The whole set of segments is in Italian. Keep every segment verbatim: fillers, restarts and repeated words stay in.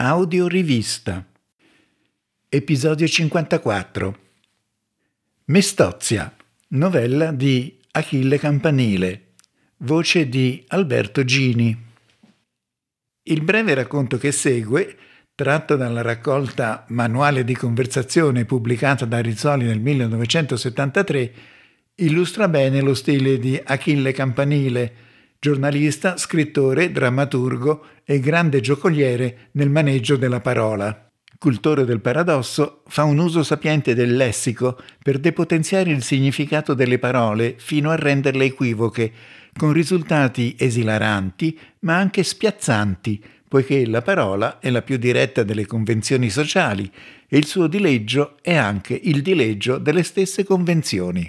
Audiorivista. Episodio cinquantaquattro. Mestozia, novella di Achille Campanile, voce di Alberto Gini. Il breve racconto che segue, tratto dalla raccolta Manuale di conversazione pubblicata da Rizzoli nel millenovecentosettantatré, illustra bene lo stile di Achille Campanile, giornalista, scrittore, drammaturgo e grande giocoliere nel maneggio della parola. Cultore del paradosso, fa un uso sapiente del lessico per depotenziare il significato delle parole fino a renderle equivoche, con risultati esilaranti ma anche spiazzanti, poiché la parola è la più diretta delle convenzioni sociali e il suo dileggio è anche il dileggio delle stesse convenzioni.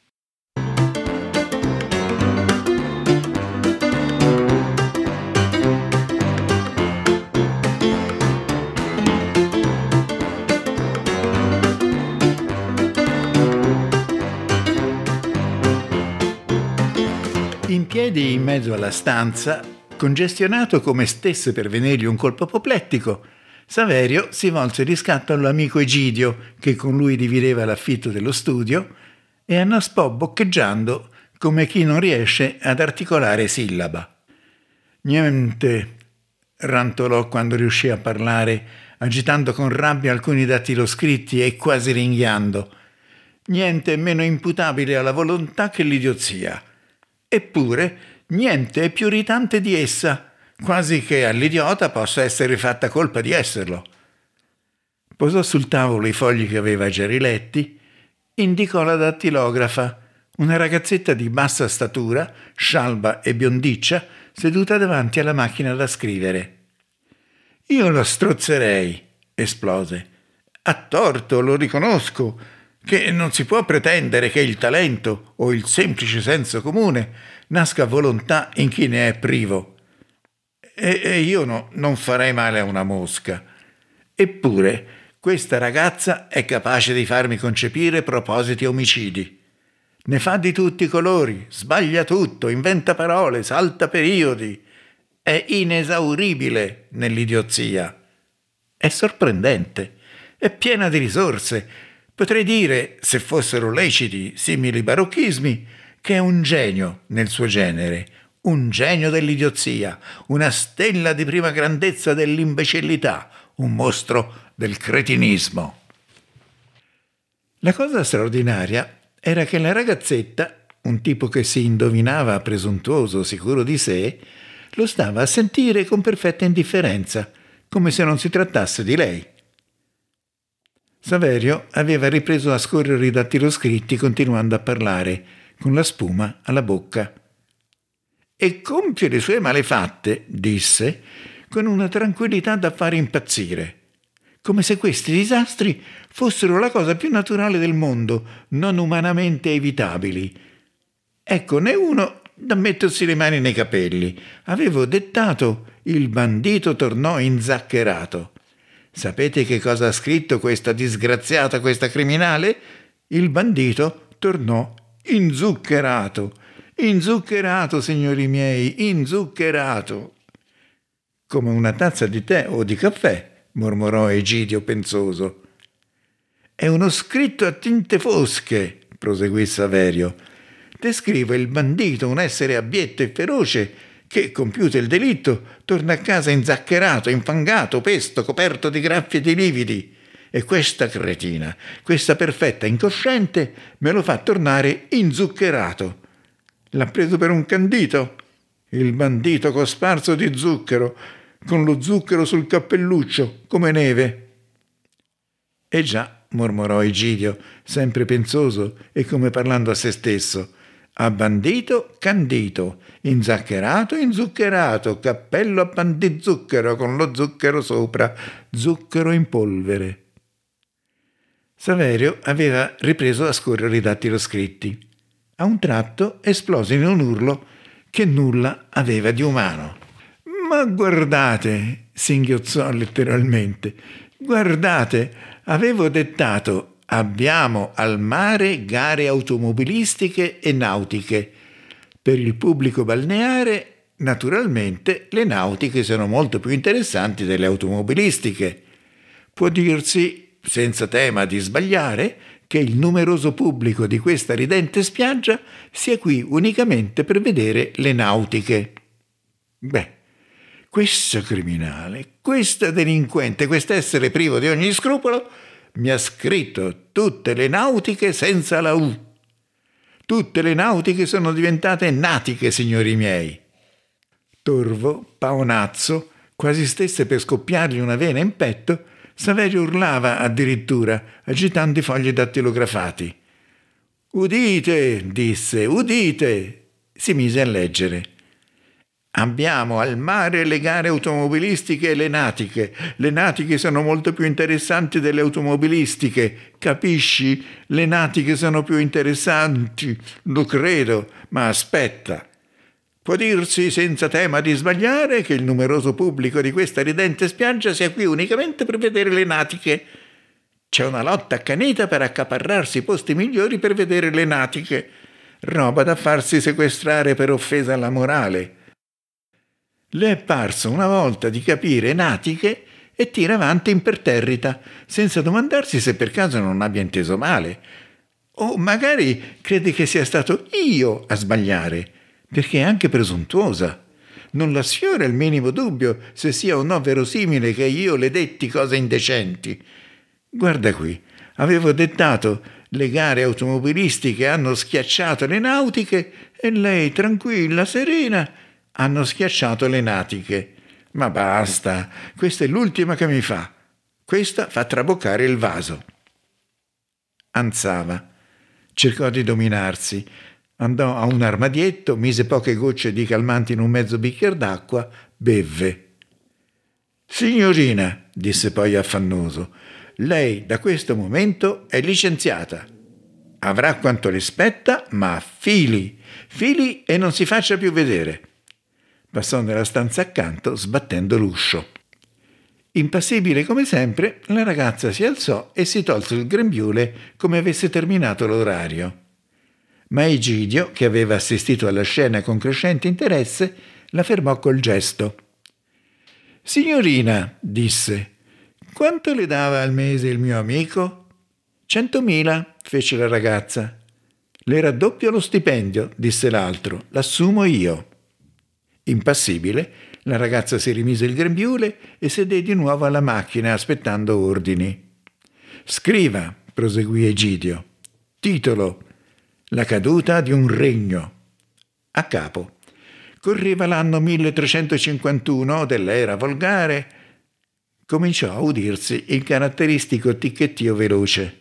In piedi in mezzo alla stanza, congestionato come stesse per venirgli un colpo apoplettico, Saverio si volse di scatto all'amico Egidio, che con lui divideva l'affitto dello studio, e annaspò boccheggiando come chi non riesce ad articolare sillaba. «Niente», rantolò quando riuscì a parlare, agitando con rabbia alcuni dattiloscritti e quasi ringhiando. «Niente meno imputabile alla volontà che l'idiozia. Eppure niente è più irritante di essa, quasi che all'idiota possa essere fatta colpa di esserlo». Posò sul tavolo i fogli che aveva già riletti, indicò la dattilografa, una ragazzetta di bassa statura, scialba e biondiccia, seduta davanti alla macchina da scrivere. «Io la strozzerei», esplose. «A torto, lo riconosco, che non si può pretendere che il talento o il semplice senso comune nasca a volontà in chi ne è privo. E, e io no, non farei male a una mosca. Eppure questa ragazza è capace di farmi concepire propositi omicidi. Ne fa di tutti i colori, sbaglia tutto, inventa parole, salta periodi. È inesauribile nell'idiozia. È sorprendente, è piena di risorse. Potrei dire, se fossero leciti simili barocchismi, che è un genio nel suo genere, un genio dell'idiozia, una stella di prima grandezza dell'imbecillità, un mostro del cretinismo». La cosa straordinaria era che la ragazzetta, un tipo che si indovinava presuntuoso, sicuro di sé, lo stava a sentire con perfetta indifferenza, come se non si trattasse di lei. Saverio aveva ripreso a scorrere i dattiloscritti continuando a parlare, con la spuma alla bocca. «E compie le sue malefatte», disse, con una tranquillità da fare impazzire, come se questi disastri fossero la cosa più naturale del mondo, non umanamente evitabili. Eccone uno da mettersi le mani nei capelli. Avevo dettato, il bandito tornò inzaccherato. Sapete che cosa ha scritto questa disgraziata, questa criminale? Il bandito tornò inzuccherato. Inzuccherato, signori miei, inzuccherato. «Come una tazza di tè o di caffè», mormorò Egidio pensoso. «È uno scritto a tinte fosche», proseguì Saverio. «Descrive il bandito, un essere abietto e feroce, che, compiuto il delitto, torna a casa inzaccherato, infangato, pesto, coperto di graffi e di lividi. E questa cretina, questa perfetta incosciente, me lo fa tornare inzuccherato. L'ha preso per un candito? Il bandito cosparso di zucchero, con lo zucchero sul cappelluccio, come neve». «Eh già», mormorò Egidio, sempre pensoso e come parlando a se stesso. «A bandito, candito, inzaccherato, inzuccherato, cappello a pan di zucchero con lo zucchero sopra, zucchero in polvere». Saverio aveva ripreso a scorrere i dattiloscritti. A un tratto esplose in un urlo che nulla aveva di umano. «Ma guardate», singhiozzò letteralmente, «guardate, avevo dettato: abbiamo al mare gare automobilistiche e nautiche. Per il pubblico balneare Naturalmente le nautiche sono molto più interessanti delle automobilistiche. Può dirsi, senza tema di sbagliare, che il numeroso pubblico di questa ridente spiaggia sia qui unicamente per vedere le nautiche. Beh, questo criminale, questa delinquente, quest'essere privo di ogni scrupolo, mi ha scritto tutte le nautiche senza la U. Tutte le nautiche sono diventate natiche, signori miei. Torvo, paonazzo, quasi stesse per scoppiargli una vena in petto, Saverio urlava addirittura, agitando i fogli dattilografati. «Udite!» disse, «udite!» Si mise a leggere. «Abbiamo al mare le gare automobilistiche e le natiche. Le natiche sono molto più interessanti delle automobilistiche. Capisci? Le natiche sono più interessanti. Lo credo, ma aspetta. Può dirsi senza tema di sbagliare che il numeroso pubblico di questa ridente spiaggia sia qui unicamente per vedere le natiche. C'è una lotta accanita per accaparrarsi i posti migliori per vedere le natiche. Roba da farsi sequestrare per offesa alla morale. Le è parso una volta di capire natiche e tira avanti imperterrita, senza domandarsi se per caso non abbia inteso male. O magari crede che sia stato io a sbagliare, perché è anche presuntuosa. Non la sfiora il minimo dubbio se sia o no verosimile che io le detti cose indecenti. Guarda qui, avevo dettato le gare automobilistiche hanno schiacciato le nautiche e lei, tranquilla, serena, hanno schiacciato le natiche. Ma basta, questa è l'ultima che mi fa. Questa fa traboccare il vaso. Ansava. Cercò di dominarsi. Andò a un armadietto, mise poche gocce di calmante in un mezzo bicchiere d'acqua, bevve. «Signorina», disse poi affannoso, «lei da questo momento è licenziata. Avrà quanto le spetta, ma fili, fili e non si faccia più vedere». Passò nella stanza accanto, sbattendo l'uscio. Impassibile come sempre, la ragazza si alzò e si tolse il grembiule come avesse terminato l'orario. Ma Egidio, che aveva assistito alla scena con crescente interesse, la fermò col gesto. «Signorina», disse, «quanto le dava al mese il mio amico?» «Centomila», fece la ragazza. «Le raddoppio lo stipendio», disse l'altro, «l'assumo io». Impassibile, la ragazza si rimise il grembiule e sedé di nuovo alla macchina aspettando ordini. «Scriva», proseguì Egidio. «Titolo: La caduta di un regno». A capo. Correva l'anno milletrecentocinquantuno dell'era volgare. Cominciò a udirsi il caratteristico ticchettio veloce.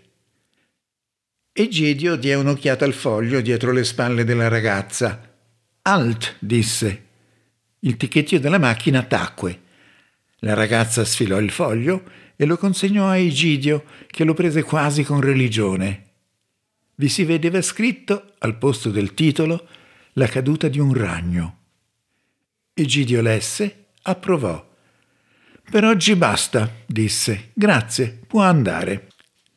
Egidio diè un'occhiata al foglio dietro le spalle della ragazza. «Alt», disse. Il ticchettio della macchina tacque. La ragazza sfilò il foglio e lo consegnò a Egidio, che lo prese quasi con religione. Vi si vedeva scritto, al posto del titolo, «La caduta di un ragno». Egidio lesse, approvò. «Per oggi basta», disse. «Grazie, può andare».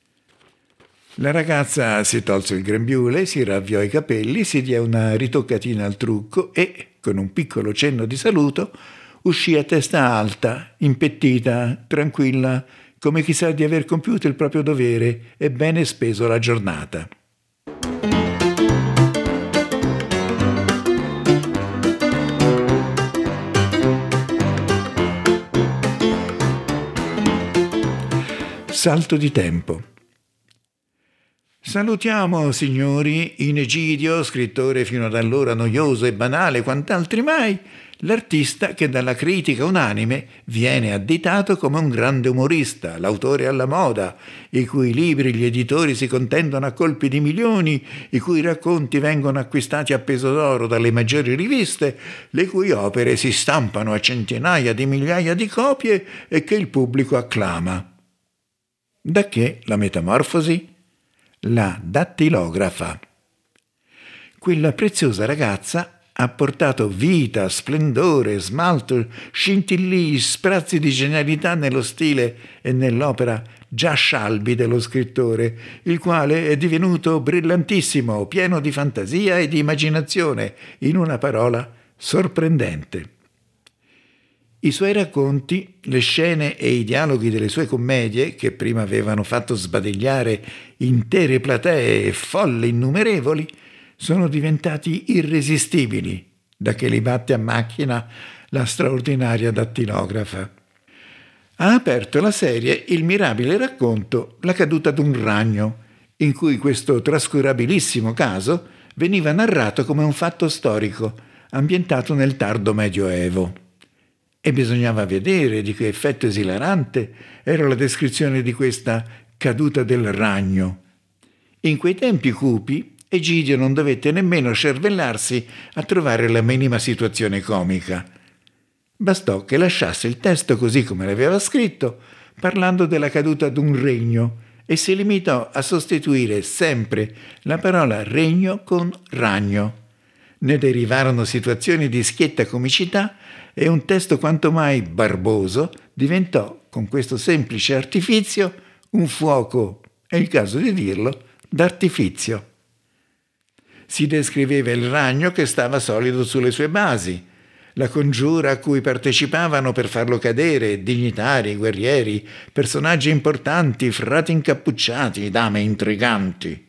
La ragazza si tolse il grembiule, si ravviò i capelli, si diè una ritoccatina al trucco e, con un piccolo cenno di saluto, uscì a testa alta, impettita, tranquilla, come chi sa di aver compiuto il proprio dovere e bene speso la giornata. Salto di tempo. Salutiamo, signori, in Egidio, scrittore fino ad allora noioso e banale quant'altri mai, l'artista che dalla critica unanime viene additato come un grande umorista, l'autore alla moda, i cui libri gli editori si contendono a colpi di milioni, i cui racconti vengono acquistati a peso d'oro dalle maggiori riviste, le cui opere si stampano a centinaia di migliaia di copie e che il pubblico acclama. Da che la metamorfosi? La dattilografa. Quella preziosa ragazza ha portato vita, splendore, smalto, scintillii, sprazzi di genialità nello stile e nell'opera già scialbi dello scrittore, il quale è divenuto brillantissimo, pieno di fantasia e di immaginazione, in una parola, sorprendente. I suoi racconti, le scene e i dialoghi delle sue commedie, che prima avevano fatto sbadigliare intere platee e folle innumerevoli, sono diventati irresistibili da che li batte a macchina la straordinaria dattilografa. Ha aperto la serie il mirabile racconto La caduta d'un ragno, in cui questo trascurabilissimo caso veniva narrato come un fatto storico, ambientato nel tardo Medioevo. E bisognava vedere di che effetto esilarante era la descrizione di questa caduta del ragno. In quei tempi cupi, Egidio non dovette nemmeno scervellarsi a trovare la minima situazione comica. Bastò che lasciasse il testo così come l'aveva scritto, parlando della caduta d'un regno, e si limitò a sostituire sempre la parola regno con ragno. Ne derivarono situazioni di schietta comicità e un testo quanto mai barboso diventò, con questo semplice artifizio, un fuoco, è il caso di dirlo, d'artifizio. Si descriveva il ragno che stava solido sulle sue basi, la congiura a cui partecipavano per farlo cadere dignitari, guerrieri, personaggi importanti, frati incappucciati, dame intriganti.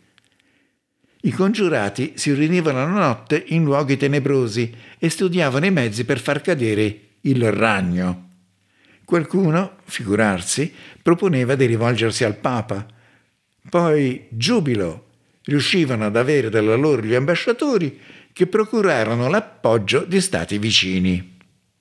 I congiurati si riunivano la notte in luoghi tenebrosi e studiavano i mezzi per far cadere il ragno. Qualcuno, figurarsi, proponeva di rivolgersi al Papa. Poi, giubilo, riuscivano ad avere da loro gli ambasciatori che procurarono l'appoggio di stati vicini.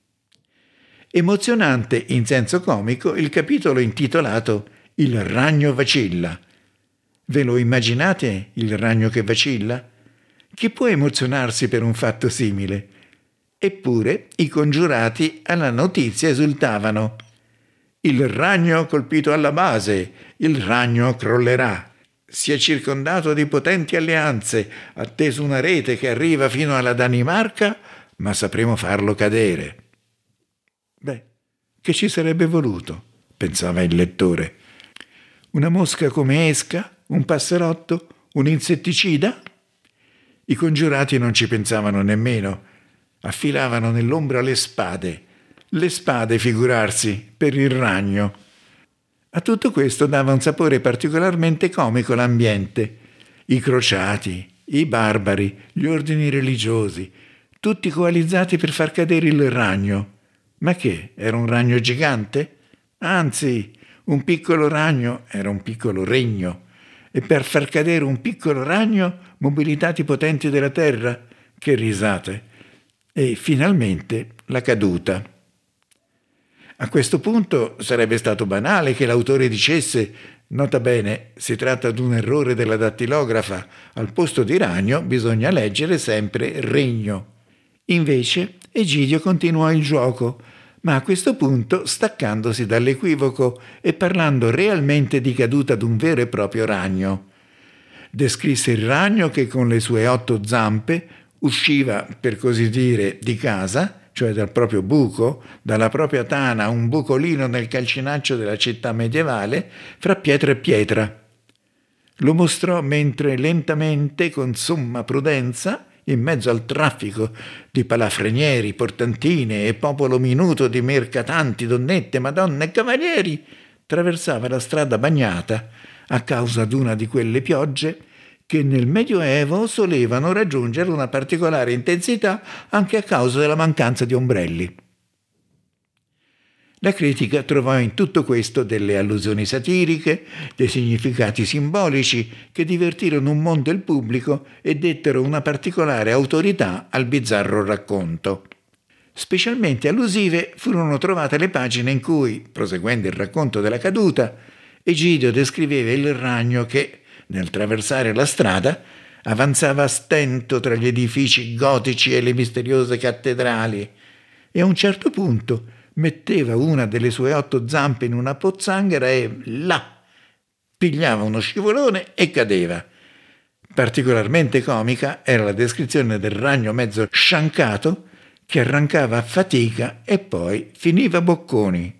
Emozionante in senso comico il capitolo intitolato Il ragno vacilla. Ve lo immaginate il ragno che vacilla? Chi può emozionarsi per un fatto simile? Eppure i congiurati alla notizia esultavano. Il ragno colpito alla base, il ragno crollerà. Si è circondato di potenti alleanze, atteso una rete che arriva fino alla Danimarca, ma sapremo farlo cadere. Beh, che ci sarebbe voluto, pensava il lettore. Una mosca come esca? Un passerotto? Un insetticida? I congiurati non ci pensavano nemmeno. Affilavano nell'ombra le spade. Le spade, figurarsi, per il ragno. A tutto questo dava un sapore particolarmente comico l'ambiente. I crociati, i barbari, gli ordini religiosi, tutti coalizzati per far cadere il ragno. Ma che, era un ragno gigante? Anzi, un piccolo ragno era un piccolo regno. E per far cadere un piccolo ragno mobilitati i potenti della terra? Che risate! E finalmente la caduta. A questo punto sarebbe stato banale che l'autore dicesse «Nota bene, si tratta di un errore della dattilografa, al posto di ragno bisogna leggere sempre regno». Invece Egidio continuò il gioco, ma a questo punto staccandosi dall'equivoco e parlando realmente di caduta d'un vero e proprio ragno. Descrisse il ragno che con le sue otto zampe usciva, per così dire, di casa, cioè dal proprio buco, dalla propria tana, un bucolino nel calcinaccio della città medievale, fra pietra e pietra. Lo mostrò mentre lentamente, con somma prudenza, in mezzo al traffico di palafrenieri, portantine e popolo minuto di mercatanti, donnette, madonne e cavalieri, attraversava la strada bagnata a causa d'una di quelle piogge che nel Medioevo solevano raggiungere una particolare intensità anche a causa della mancanza di ombrelli. La critica trovò in tutto questo delle allusioni satiriche, dei significati simbolici che divertirono un mondo il pubblico e dettero una particolare autorità al bizzarro racconto. Specialmente allusive furono trovate le pagine in cui, proseguendo il racconto della caduta, Egidio descriveva il ragno che, nel traversare la strada, avanzava a stento tra gli edifici gotici e le misteriose cattedrali e a un certo punto metteva una delle sue otto zampe in una pozzanghera e là pigliava uno scivolone e cadeva. Particolarmente comica era la descrizione del ragno mezzo sciancato che arrancava a fatica e poi finiva bocconi.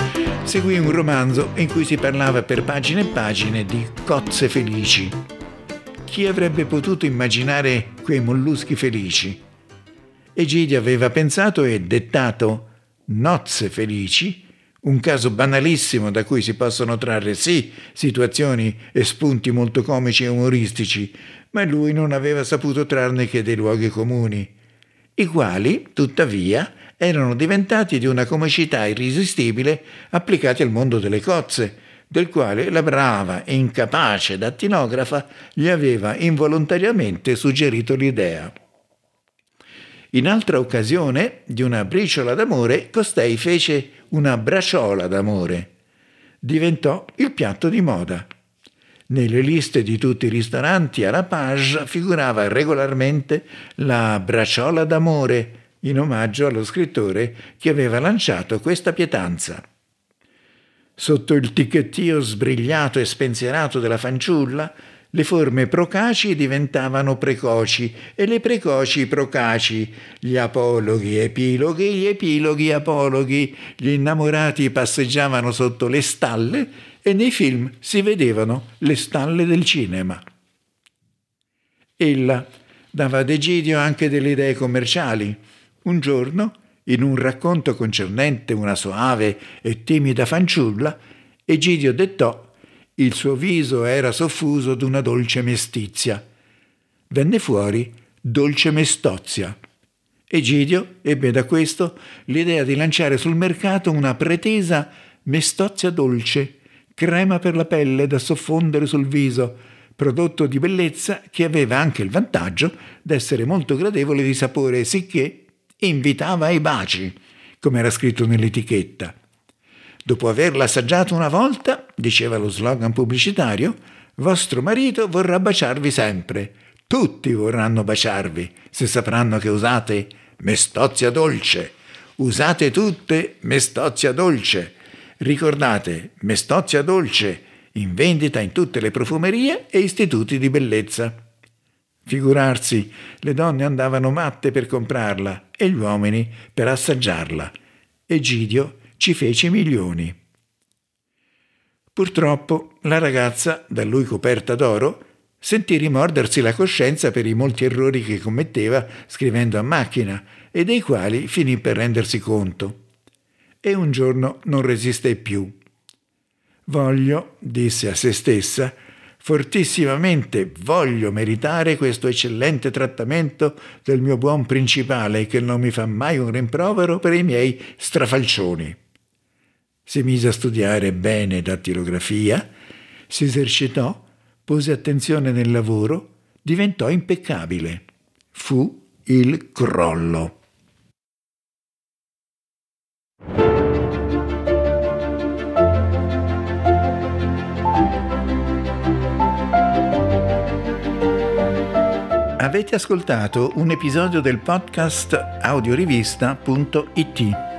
Seguì un romanzo in cui si parlava per pagine e pagine di cozze felici. chi avrebbe potuto immaginare quei molluschi felici? Egidio aveva pensato e dettato Nozze felici, un caso banalissimo da cui si possono trarre sì situazioni e spunti molto comici e umoristici, ma lui non aveva saputo trarne che dei luoghi comuni, i quali, tuttavia, erano diventati di una comicità irresistibile applicati al mondo delle cozze, del quale la brava e incapace dattinografa gli aveva involontariamente suggerito l'idea. In altra occasione, di una briciola d'amore, costei fece una braciola d'amore. Diventò il piatto di moda. Nelle liste di tutti i ristoranti alla page figurava regolarmente la braciola d'amore, in omaggio allo scrittore che aveva lanciato questa pietanza. Sotto il ticchettio sbrigliato e spensierato della fanciulla, le forme procaci diventavano precoci e le precoci procaci, gli apologhi epiloghi, gli epiloghi apologhi, gli innamorati passeggiavano sotto le stalle e nei film si vedevano le stalle del cinema. Ella dava ad Egidio anche delle idee commerciali. Un giorno, in un racconto concernente una soave e timida fanciulla, Egidio dettò: il suo viso era soffuso d'una dolce mestizia. Venne fuori dolce mestozia. Egidio ebbe da questo l'idea di lanciare sul mercato una pretesa mestozia dolce, crema per la pelle da soffondere sul viso, prodotto di bellezza che aveva anche il vantaggio d'essere molto gradevole di sapore, sicché invitava ai baci, come era scritto nell'etichetta. Dopo averla assaggiato una volta, diceva lo slogan pubblicitario, vostro marito vorrà baciarvi sempre. Tutti vorranno baciarvi se sapranno che usate mestozia dolce. Usate tutte mestozia dolce. Ricordate, mestozia dolce, in vendita in tutte le profumerie e istituti di bellezza. Figurarsi, le donne andavano matte per comprarla e gli uomini per assaggiarla. Egidio ci fece milioni. Purtroppo la ragazza, da lui coperta d'oro, sentì rimordersi la coscienza per i molti errori che commetteva scrivendo a macchina e dei quali finì per rendersi conto. E un giorno non resisté più. Voglio, disse a se stessa, fortissimamente voglio meritare questo eccellente trattamento del mio buon principale che non mi fa mai un rimprovero per i miei strafalcioni. Si mise a studiare bene dattilografia, si esercitò, pose attenzione nel lavoro, diventò impeccabile. Fu il crollo. Avete ascoltato un episodio del podcast audiorivista punto it.